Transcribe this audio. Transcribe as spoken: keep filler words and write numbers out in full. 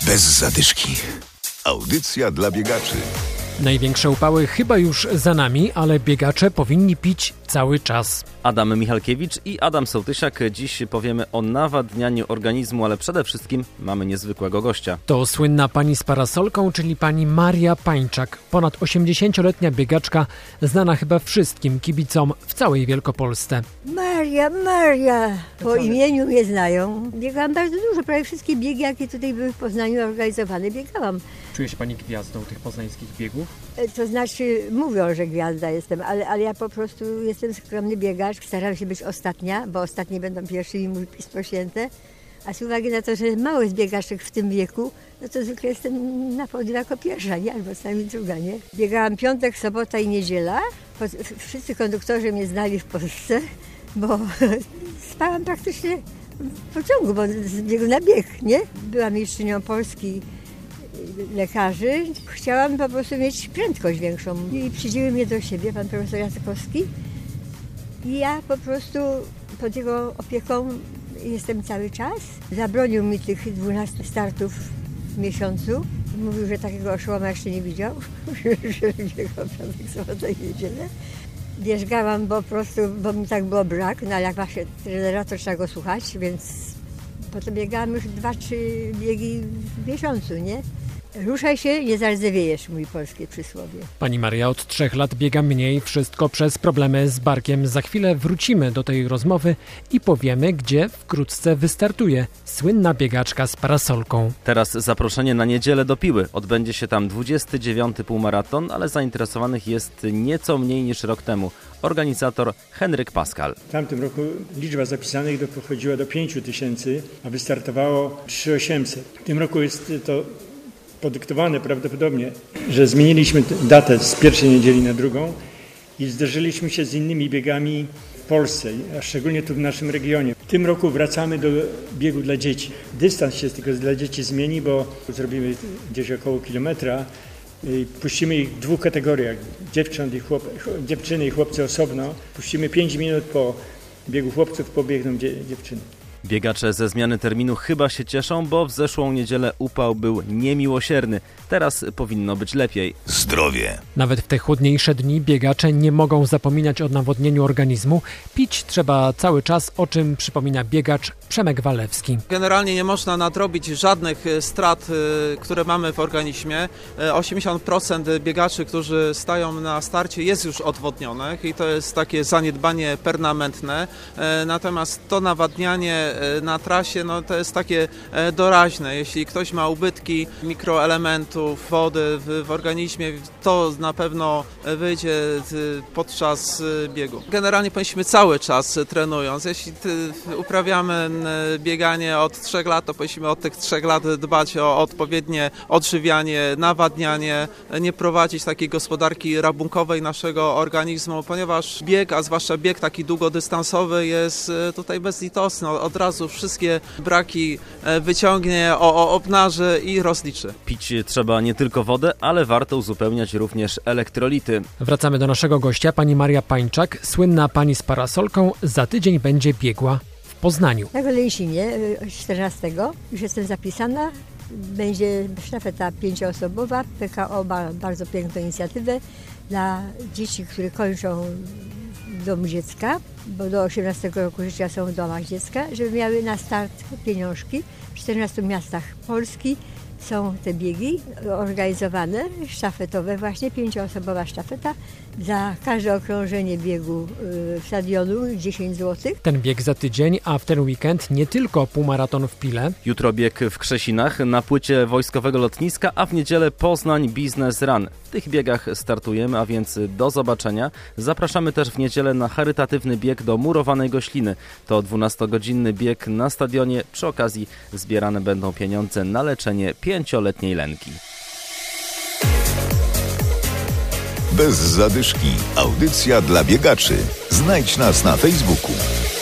Bez zadyszki. Audycja dla biegaczy. Największe upały chyba już za nami, ale biegacze powinni pić cały czas. Adam Michalkiewicz i Adam Sołtysiak. Dziś powiemy o nawadnianiu organizmu, ale przede wszystkim mamy niezwykłego gościa. To słynna pani z parasolką, czyli pani Maria Pańczak. Ponad osiemdziesięcioletnia biegaczka, znana chyba wszystkim kibicom w całej Wielkopolsce. Maria, Maria! Po imieniu mnie znają. Biegałam bardzo dużo, prawie wszystkie biegi, jakie tutaj były w Poznaniu organizowane, biegałam. Czuje się pani gwiazdą tych poznańskich biegów? To znaczy, mówią, że gwiazda jestem, ale, ale ja po prostu jestem skromny biegacz. Staram się być ostatnia, bo ostatnie będą pierwsze i mój Pismo Święte. A z uwagi na to, że mało jest biegaczek w tym wieku, no to zwykle jestem na podium jako pierwsza, nie? Albo czasami druga, nie? Biegałam piątek, sobota i niedziela. Wszyscy konduktorzy mnie znali w Polsce, bo spałam praktycznie w pociągu, bo z biegu na bieg, nie? Byłam mistrzynią Polski lekarzy. Chciałam po prostu mieć prędkość większą i przydzielił mnie do siebie pan profesor Jacykowski i ja po prostu pod jego opieką jestem cały czas. Zabronił mi tych dwunastu startów w miesiącu. Mówił, że takiego oszołoma jeszcze nie widział, że biegał piątek, sobotę i niedzielę. Wierzgałam po prostu, bo mi tak było brak, no ale jak właśnie trenera, to trzeba go słuchać, więc potem biegałam już dwa, trzy biegi w miesiącu, nie? Ruszaj się, nie zardzewiejesz, mój polskie przysłowie. Pani Maria od trzech lat biega mniej, wszystko przez problemy z barkiem. Za chwilę wrócimy do tej rozmowy i powiemy, gdzie wkrótce wystartuje słynna biegaczka z parasolką. Teraz zaproszenie na niedzielę do Piły. Odbędzie się tam dwudziesty dziewiąty półmaraton, ale zainteresowanych jest nieco mniej niż rok temu. Organizator Henryk Pascal. W tamtym roku liczba zapisanych dochodziła do pięciu tysięcy, a wystartowało trzy tysiące osiemset. W tym roku jest to podyktowane prawdopodobnie, że zmieniliśmy datę z pierwszej niedzieli na drugą i zderzyliśmy się z innymi biegami w Polsce, a szczególnie tu w naszym regionie. W tym roku wracamy do biegu dla dzieci. Dystans się tylko dla dzieci zmieni, bo zrobimy gdzieś około kilometra i puścimy ich w dwóch kategoriach, dziewcząt i chłop, dziewczyny i chłopcy osobno. Puścimy pięć minut po biegu chłopców, pobiegną dziewczyny. Biegacze ze zmiany terminu chyba się cieszą, bo w zeszłą niedzielę upał był niemiłosierny. Teraz powinno być lepiej. Zdrowie. Nawet w te chłodniejsze dni biegacze nie mogą zapominać o nawodnieniu organizmu. Pić trzeba cały czas, o czym przypomina biegacz Przemek Walewski. Generalnie nie można nadrobić żadnych strat, które mamy w organizmie. osiemdziesiąt procent biegaczy, którzy stają na starcie, jest już odwodnionych i to jest takie zaniedbanie permanentne. Natomiast to nawadnianie na trasie, no to jest takie doraźne. Jeśli ktoś ma ubytki mikroelementów wody w, w organizmie, to na pewno wyjdzie podczas biegu. Generalnie powinniśmy cały czas trenując. Jeśli uprawiamy bieganie od trzech lat, to powinniśmy od tych trzech lat dbać o odpowiednie odżywianie, nawadnianie, nie prowadzić takiej gospodarki rabunkowej naszego organizmu, ponieważ bieg, a zwłaszcza bieg taki długodystansowy jest tutaj bezlitosny. Od razu wszystkie braki wyciągnie, o, o, obnaży i rozliczy. Pić trzeba nie tylko wodę, ale warto uzupełniać również elektrolity. Wracamy do naszego gościa, pani Maria Pańczak, słynna pani z parasolką, za tydzień będzie biegła w Poznaniu. Na Golęsinie czternastego już jestem zapisana. Będzie sztafeta pięcioosobowa, P K O ma bardzo piękną inicjatywę dla dzieci, które kończą w domu dziecka, bo do osiemnastego roku życia są w domach dziecka, żeby miały na start pieniążki. W czternastu miastach Polski są te biegi organizowane, sztafetowe właśnie, pięcioosobowa sztafeta. Za każde okrążenie biegu y, stadionu dziesięć złotych. Ten bieg za tydzień, a w ten weekend nie tylko półmaraton w Pile. Jutro bieg w Krzesinach na płycie wojskowego lotniska, a w niedzielę Poznań Business Run. W tych biegach startujemy, a więc do zobaczenia. Zapraszamy też w niedzielę na charytatywny bieg do Murowanej Gośliny. To dwunastogodzinny bieg na stadionie. Przy okazji zbierane będą pieniądze na leczenie pięcioletniej Lenki. Bez zadyszki. Audycja dla biegaczy. Znajdź nas na Facebooku.